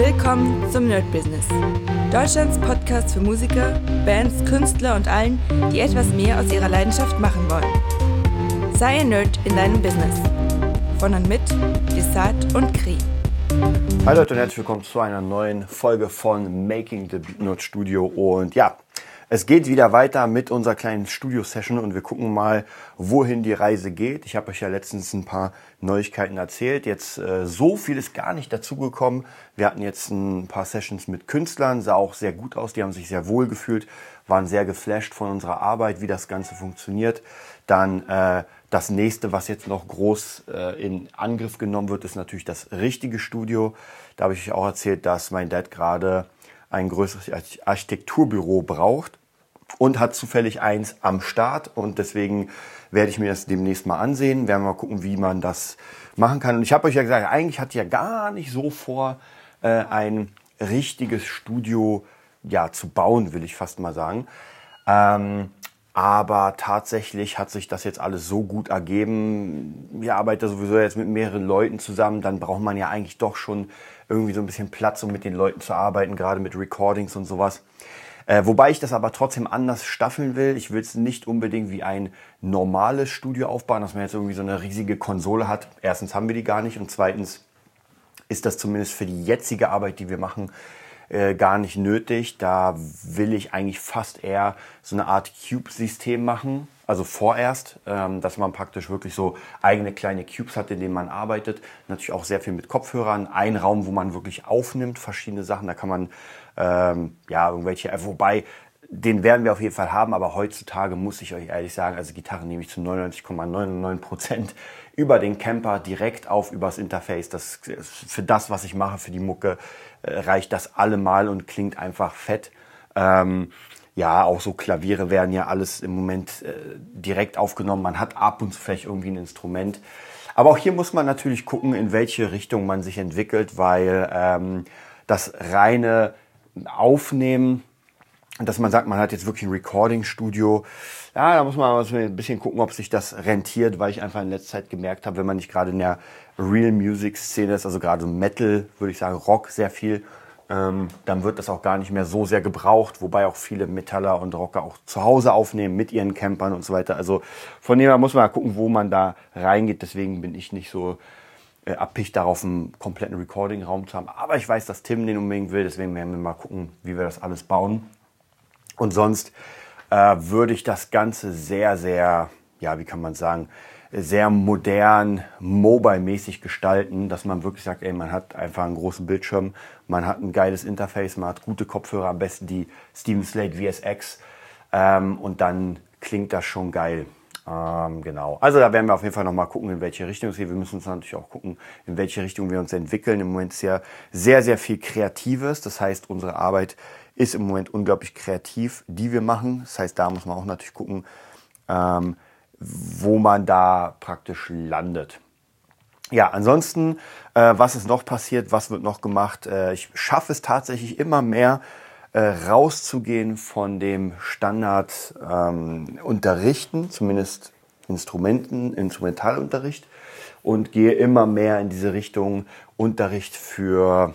Willkommen zum Nerd Business. Deutschlands Podcast für Musiker, Bands, Künstler und allen, die etwas mehr aus ihrer Leidenschaft machen wollen. Sei ein Nerd in deinem Business. Von und mit Desart und Kri. Hi Leute und herzlich willkommen zu einer neuen Folge von Making the Beat Nerd Studio. Und ja, es geht wieder weiter mit unserer kleinen Studio-Session und wir gucken mal, wohin die Reise geht. Ich habe euch ja letztens ein paar Neuigkeiten erzählt. Jetzt so viel ist gar nicht dazugekommen. Wir hatten jetzt ein paar Sessions mit Künstlern, sah auch sehr gut aus. Die haben sich sehr wohl gefühlt, waren sehr geflasht von unserer Arbeit, wie das Ganze funktioniert. Dann das nächste, was jetzt noch groß in Angriff genommen wird, ist natürlich das richtige Studio. Da habe ich euch auch erzählt, dass mein Dad gerade ein größeres Architekturbüro braucht und hat zufällig eins am Start. Und deswegen werde ich mir das demnächst mal ansehen. Werden wir mal gucken, wie man das machen kann. Und ich habe euch ja gesagt, eigentlich hatte ich ja gar nicht so vor, ein richtiges Studio zu bauen, will ich fast mal sagen. Aber tatsächlich hat sich das jetzt alles so gut ergeben. Wir arbeiten sowieso jetzt mit mehreren Leuten zusammen. Dann braucht man ja eigentlich doch schon irgendwie so ein bisschen Platz, um mit den Leuten zu arbeiten, gerade mit Recordings und sowas. Wobei ich das aber trotzdem anders staffeln will. Ich will es nicht unbedingt wie ein normales Studio aufbauen, dass man jetzt irgendwie so eine riesige Konsole hat. Erstens haben wir die gar nicht und zweitens ist das zumindest für die jetzige Arbeit, die wir machen, gar nicht nötig. Da will ich eigentlich fast eher so eine Art Cube-System machen. Also vorerst, dass man praktisch wirklich so eigene kleine Cubes hat, in denen man arbeitet. Natürlich auch sehr viel mit Kopfhörern. Ein Raum, wo man wirklich aufnimmt, verschiedene Sachen. Da kann man irgendwelche, wobei, den werden wir auf jeden Fall haben. Aber heutzutage muss ich euch ehrlich sagen, also Gitarre nehme ich zu 99,99% über den Camper direkt auf, übers Interface. Das für das, was ich mache, für die Mucke, reicht das allemal und klingt einfach fett. Auch so Klaviere werden ja alles im Moment direkt aufgenommen. Man hat ab und zu vielleicht irgendwie ein Instrument. Aber auch hier muss man natürlich gucken, in welche Richtung man sich entwickelt, weil das reine Aufnehmen, dass man sagt, man hat jetzt wirklich ein Recording-Studio, da muss man ein bisschen gucken, ob sich das rentiert, weil ich einfach in letzter Zeit gemerkt habe, wenn man nicht gerade in der Real-Music-Szene ist, also gerade Metal, würde ich sagen, Rock sehr viel, dann wird das auch gar nicht mehr so sehr gebraucht, wobei auch viele Metaller und Rocker auch zu Hause aufnehmen mit ihren Campern und so weiter. Also von dem her muss man gucken, wo man da reingeht. Deswegen bin ich nicht so abpicht darauf, einen kompletten Recording-Raum zu haben. Aber ich weiß, dass Tim den unbedingt will, deswegen werden wir mal gucken, wie wir das alles bauen. Und sonst würde ich das Ganze sehr, sehr, wie kann man sagen, sehr modern, mobile-mäßig gestalten, dass man wirklich sagt, man hat einfach einen großen Bildschirm, man hat ein geiles Interface, man hat gute Kopfhörer, am besten die Steven Slate VSX und dann klingt das schon geil. Genau. Also da werden wir auf jeden Fall nochmal gucken, in welche Richtung es geht. Wir müssen uns natürlich auch gucken, in welche Richtung wir uns entwickeln. Im Moment ist ja sehr, sehr viel Kreatives. Das heißt, unsere Arbeit ist im Moment unglaublich kreativ, die wir machen. Das heißt, da muss man auch natürlich gucken, wo man da praktisch landet. Ja, ansonsten, was ist noch passiert, was wird noch gemacht? Ich schaffe es tatsächlich immer mehr, rauszugehen von dem Standard Unterrichten, zumindest Instrumentalunterricht, und gehe immer mehr in diese Richtung Unterricht für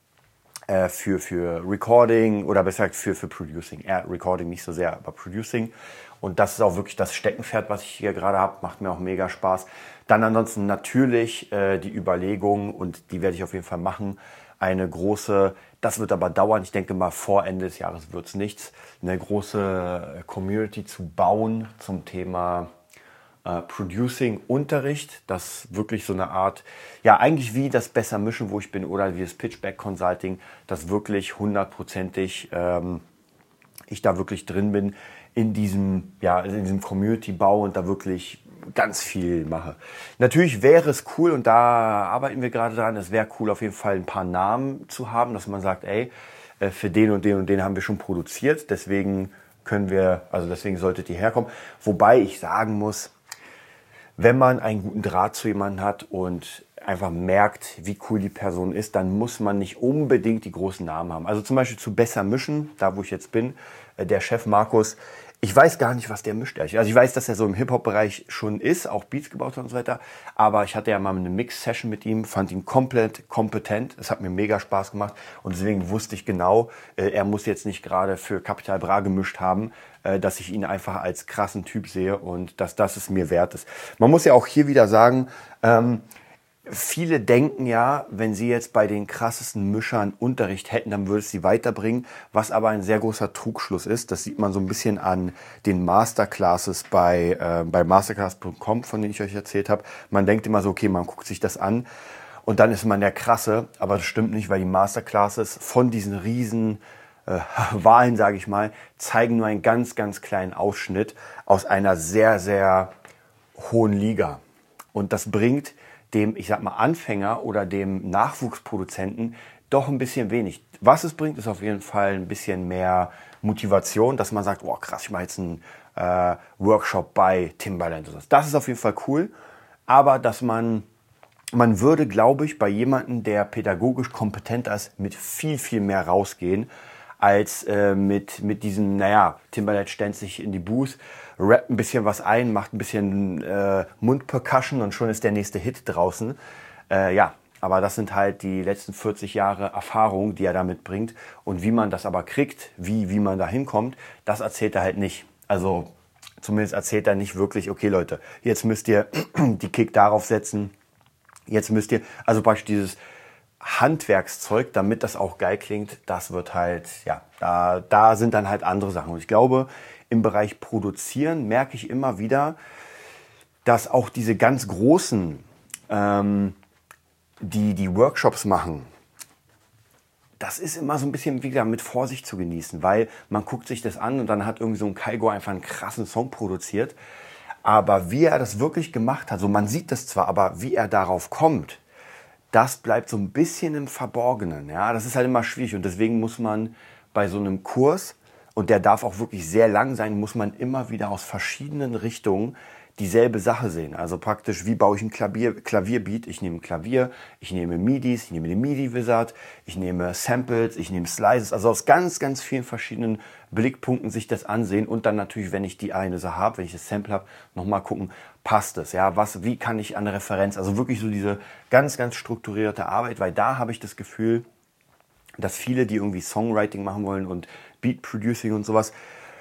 Recording oder besser gesagt für Producing. Recording nicht so sehr, aber Producing. Und das ist auch wirklich das Steckenpferd, was ich hier gerade habe. Macht mir auch mega Spaß. Dann ansonsten natürlich die Überlegung, und die werde ich auf jeden Fall machen, eine große, das wird aber dauern, ich denke mal vor Ende des Jahres wird es nichts, eine große Community zu bauen zum Thema Producing-Unterricht, das wirklich so eine Art, eigentlich wie das besser mischen, wo ich bin, oder wie das Pitchback Consulting, das wirklich hundertprozentig ich da wirklich drin bin in diesem Community-Bau und da wirklich ganz viel mache. Natürlich wäre es cool, und da arbeiten wir gerade dran, es wäre cool, auf jeden Fall ein paar Namen zu haben, dass man sagt, für den und den und den haben wir schon produziert, deswegen solltet ihr herkommen. Wobei ich sagen muss, wenn man einen guten Draht zu jemandem hat und einfach merkt, wie cool die Person ist, dann muss man nicht unbedingt die großen Namen haben. Also zum Beispiel zu Besser Mischen, da wo ich jetzt bin, der Chef Markus Ich weiß gar nicht, was der mischt. Also ich weiß, dass er so im Hip-Hop-Bereich schon ist, auch Beats gebaut hat und so weiter. Aber ich hatte ja mal eine Mix-Session mit ihm, fand ihn komplett kompetent. Es hat mir mega Spaß gemacht. Und deswegen wusste ich genau, er muss jetzt nicht gerade für Capital Bra gemischt haben, dass ich ihn einfach als krassen Typ sehe und dass das es mir wert ist. Man muss ja auch hier wieder sagen, viele denken ja, wenn sie jetzt bei den krassesten Mischern Unterricht hätten, dann würde es sie weiterbringen, was aber ein sehr großer Trugschluss ist. Das sieht man so ein bisschen an den Masterclasses bei masterclass.com, von denen ich euch erzählt habe. Man denkt immer so, okay, man guckt sich das an und dann ist man der Krasse, aber das stimmt nicht, weil die Masterclasses von diesen riesen Wahlen, sage ich mal, zeigen nur einen ganz, ganz kleinen Ausschnitt aus einer sehr, sehr hohen Liga. Und das bringt dem, ich sag mal, Anfänger oder dem Nachwuchsproduzenten doch ein bisschen wenig. Was es bringt, ist auf jeden Fall ein bisschen mehr Motivation, dass man sagt, oh krass, ich mache jetzt einen Workshop bei Timbaland. Das ist auf jeden Fall cool, aber dass man würde, glaube ich, bei jemandem, der pädagogisch kompetent ist, mit viel, viel mehr rausgehen, als mit diesem, Timbaland stellt sich in die Booth, rappt ein bisschen was ein, macht ein bisschen Mundpercussion und schon ist der nächste Hit draußen. Aber das sind halt die letzten 40 Jahre Erfahrung, die er da mitbringt. Und wie man das aber kriegt, wie man da hinkommt, das erzählt er halt nicht. Also zumindest erzählt er nicht wirklich, okay Leute, jetzt müsst ihr die Kick darauf setzen, jetzt müsst ihr, also praktisch dieses Handwerkszeug, damit das auch geil klingt, das wird halt, da sind dann halt andere Sachen. Und ich glaube, im Bereich Produzieren merke ich immer wieder, dass auch diese ganz Großen, die Workshops machen, das ist immer so ein bisschen wieder mit Vorsicht zu genießen, weil man guckt sich das an und dann hat irgendwie so ein Kygo einfach einen krassen Song produziert. Aber wie er das wirklich gemacht hat, so man sieht das zwar, aber wie er darauf kommt, das bleibt so ein bisschen im Verborgenen. Ja, das ist halt immer schwierig und deswegen muss man bei so einem Kurs, und der darf auch wirklich sehr lang sein, muss man immer wieder aus verschiedenen Richtungen dieselbe Sache sehen. Also praktisch, wie baue ich ein Klavierbeat? Ich nehme ein Klavier, ich nehme MIDIs, ich nehme den MIDI-Wizard, ich nehme Samples, ich nehme Slices. Also aus ganz, ganz vielen verschiedenen Blickpunkten sich das ansehen und dann natürlich, wenn ich die eine Sache habe, wenn ich das Sample habe, nochmal gucken, passt es? Ja, wie kann ich an der Referenz? Also wirklich so diese ganz, ganz strukturierte Arbeit, weil da habe ich das Gefühl, dass viele, die irgendwie Songwriting machen wollen und Beat Producing und sowas,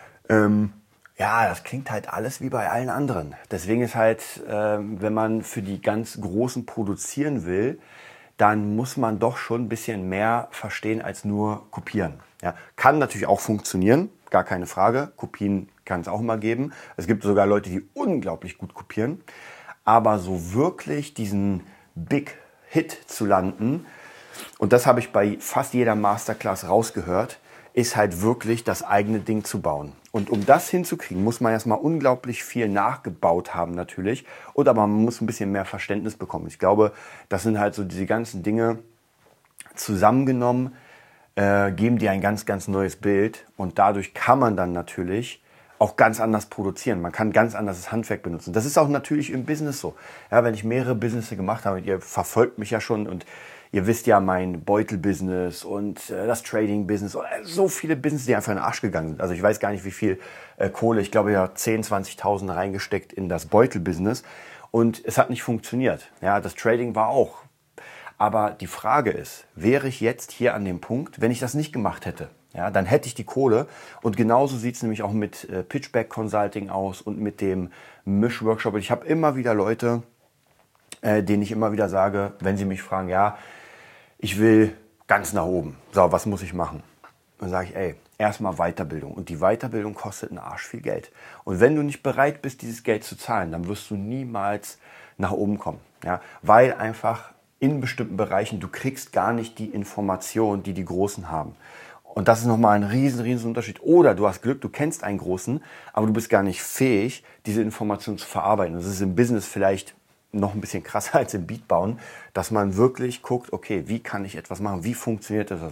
das klingt halt alles wie bei allen anderen. Deswegen ist halt, wenn man für die ganz Großen produzieren will, dann muss man doch schon ein bisschen mehr verstehen als nur kopieren. Ja, kann natürlich auch funktionieren, gar keine Frage. Kopien kann es auch mal geben. Es gibt sogar Leute, die unglaublich gut kopieren. Aber so wirklich diesen Big Hit zu landen, und das habe ich bei fast jeder Masterclass rausgehört, ist halt wirklich das eigene Ding zu bauen. Und um das hinzukriegen, muss man erstmal unglaublich viel nachgebaut haben natürlich. Aber man muss ein bisschen mehr Verständnis bekommen. Ich glaube, das sind halt so diese ganzen Dinge zusammengenommen, geben dir ein ganz, ganz neues Bild. Und dadurch kann man dann natürlich auch ganz anders produzieren. Man kann ganz anders das Handwerk benutzen. Das ist auch natürlich im Business so. Ja, wenn ich mehrere Businesses gemacht habe, und ihr verfolgt mich ja schon und ihr wisst ja mein Beutel-Business und das Trading-Business und so viele Business, die einfach in den Arsch gegangen sind. Also ich weiß gar nicht, wie viel Kohle, ich glaube ja 10.000, 20.000 reingesteckt in das Beutel-Business und es hat nicht funktioniert. Ja, das Trading war auch. Aber die Frage ist, wäre ich jetzt hier an dem Punkt, wenn ich das nicht gemacht hätte? Ja, dann hätte ich die Kohle und genauso sieht es nämlich auch mit Pitchback Consulting aus und mit dem Mischworkshop. Ich habe immer wieder Leute, denen ich immer wieder sage, wenn sie mich fragen, ja, ich will ganz nach oben. So, was muss ich machen? Dann sage ich, erstmal Weiterbildung. Und die Weiterbildung kostet einen Arsch viel Geld. Und wenn du nicht bereit bist, dieses Geld zu zahlen, dann wirst du niemals nach oben kommen. Ja? Weil einfach in bestimmten Bereichen, du kriegst gar nicht die Information, die die Großen haben. Und das ist nochmal ein riesen Unterschied. Oder du hast Glück, du kennst einen Großen, aber du bist gar nicht fähig, diese Information zu verarbeiten. Das ist im Business vielleicht noch ein bisschen krasser als im Beat bauen, dass man wirklich guckt, okay, wie kann ich etwas machen, wie funktioniert das,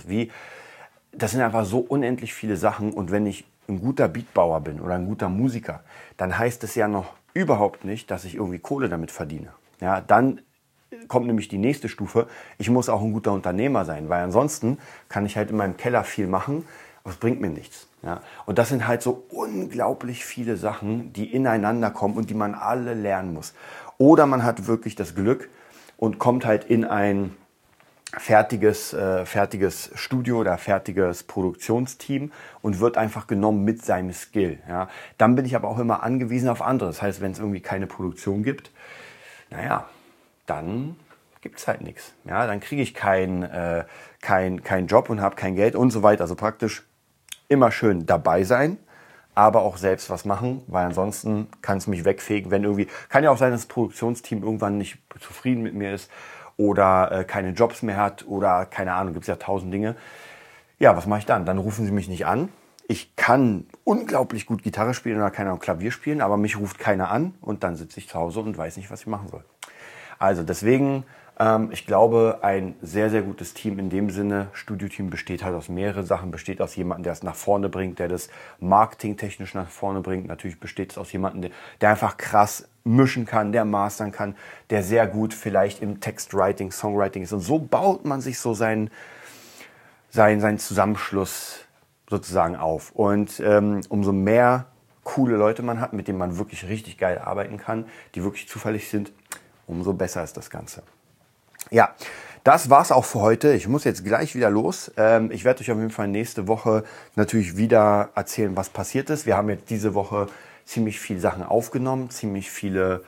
das sind einfach so unendlich viele Sachen und wenn ich ein guter Beatbauer bin oder ein guter Musiker, dann heißt es ja noch überhaupt nicht, dass ich irgendwie Kohle damit verdiene. Ja, dann kommt nämlich die nächste Stufe, ich muss auch ein guter Unternehmer sein, weil ansonsten kann ich halt in meinem Keller viel machen, aber es bringt mir nichts. Ja? Und das sind halt so unglaublich viele Sachen, die ineinander kommen und die man alle lernen muss. Oder man hat wirklich das Glück und kommt halt in ein fertiges Studio oder fertiges Produktionsteam und wird einfach genommen mit seinem Skill. Ja. Dann bin ich aber auch immer angewiesen auf andere. Das heißt, wenn es irgendwie keine Produktion gibt, dann gibt es halt nichts. Ja, dann kriege ich keinen Job und habe kein Geld und so weiter. Also praktisch immer schön dabei sein, aber auch selbst was machen, weil ansonsten kann es mich wegfegen, wenn irgendwie, kann ja auch sein, dass das Produktionsteam irgendwann nicht zufrieden mit mir ist oder keine Jobs mehr hat oder keine Ahnung, gibt es ja 1000 Dinge. Ja, was mache ich dann? Dann rufen sie mich nicht an. Ich kann unglaublich gut Gitarre spielen oder keine Ahnung, Klavier spielen, aber mich ruft keiner an und dann sitze ich zu Hause und weiß nicht, was ich machen soll. Also deswegen, ich glaube, ein sehr, sehr gutes Team in dem Sinne, Studioteam besteht halt aus mehreren Sachen, besteht aus jemandem, der es nach vorne bringt, der das marketingtechnisch nach vorne bringt. Natürlich besteht es aus jemandem, der einfach krass mischen kann, der mastern kann, der sehr gut vielleicht im Textwriting, Songwriting ist. Und so baut man sich so seinen Zusammenschluss sozusagen auf. Und umso mehr coole Leute man hat, mit denen man wirklich richtig geil arbeiten kann, die wirklich zuverlässig sind, umso besser ist das Ganze. Ja, das war's auch für heute. Ich muss jetzt gleich wieder los. Ich werde euch auf jeden Fall nächste Woche natürlich wieder erzählen, was passiert ist. Wir haben jetzt diese Woche ziemlich viele Sachen aufgenommen, ziemlich viele,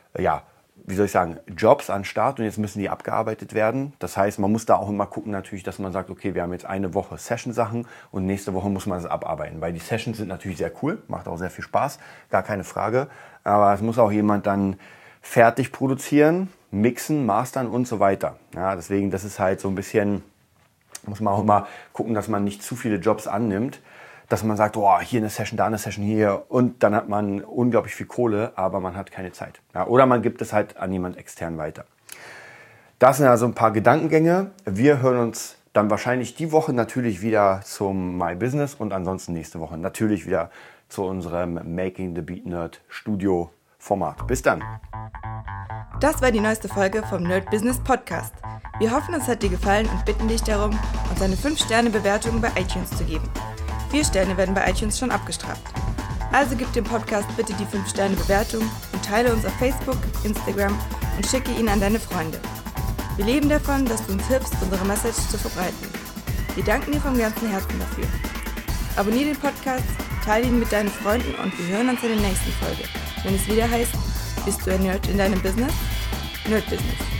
Jobs an Start und jetzt müssen die abgearbeitet werden. Das heißt, man muss da auch immer gucken natürlich, dass man sagt, okay, wir haben jetzt eine Woche Session-Sachen und nächste Woche muss man es abarbeiten, weil die Sessions sind natürlich sehr cool, macht auch sehr viel Spaß, gar keine Frage. Aber es muss auch jemand dann fertig produzieren, mixen, mastern und so weiter. Ja, deswegen, das ist halt so ein bisschen, muss man auch immer gucken, dass man nicht zu viele Jobs annimmt, dass man sagt, oh, hier eine Session, da eine Session, hier und dann hat man unglaublich viel Kohle, aber man hat keine Zeit. Ja, oder man gibt es halt an jemand extern weiter. Das sind also ein paar Gedankengänge. Wir hören uns dann wahrscheinlich die Woche natürlich wieder zum My Business und ansonsten nächste Woche natürlich wieder zu unserem Making the Beat Nerd Studio Format. Bis dann. Das war die neueste Folge vom Nerd Business Podcast. Wir hoffen, es hat dir gefallen und bitten dich darum, uns eine 5-Sterne-Bewertung bei iTunes zu geben. 4 Sterne werden bei iTunes schon abgestraft. Also gib dem Podcast bitte die 5-Sterne-Bewertung und teile uns auf Facebook, Instagram und schicke ihn an deine Freunde. Wir leben davon, dass du uns hilfst, unsere Message zu verbreiten. Wir danken dir vom ganzen Herzen dafür. Abonniere den Podcast, teile ihn mit deinen Freunden und wir hören uns in der nächsten Folge, wenn es wieder heißt, bist du ein Nerd in deinem Business? Nerd Business.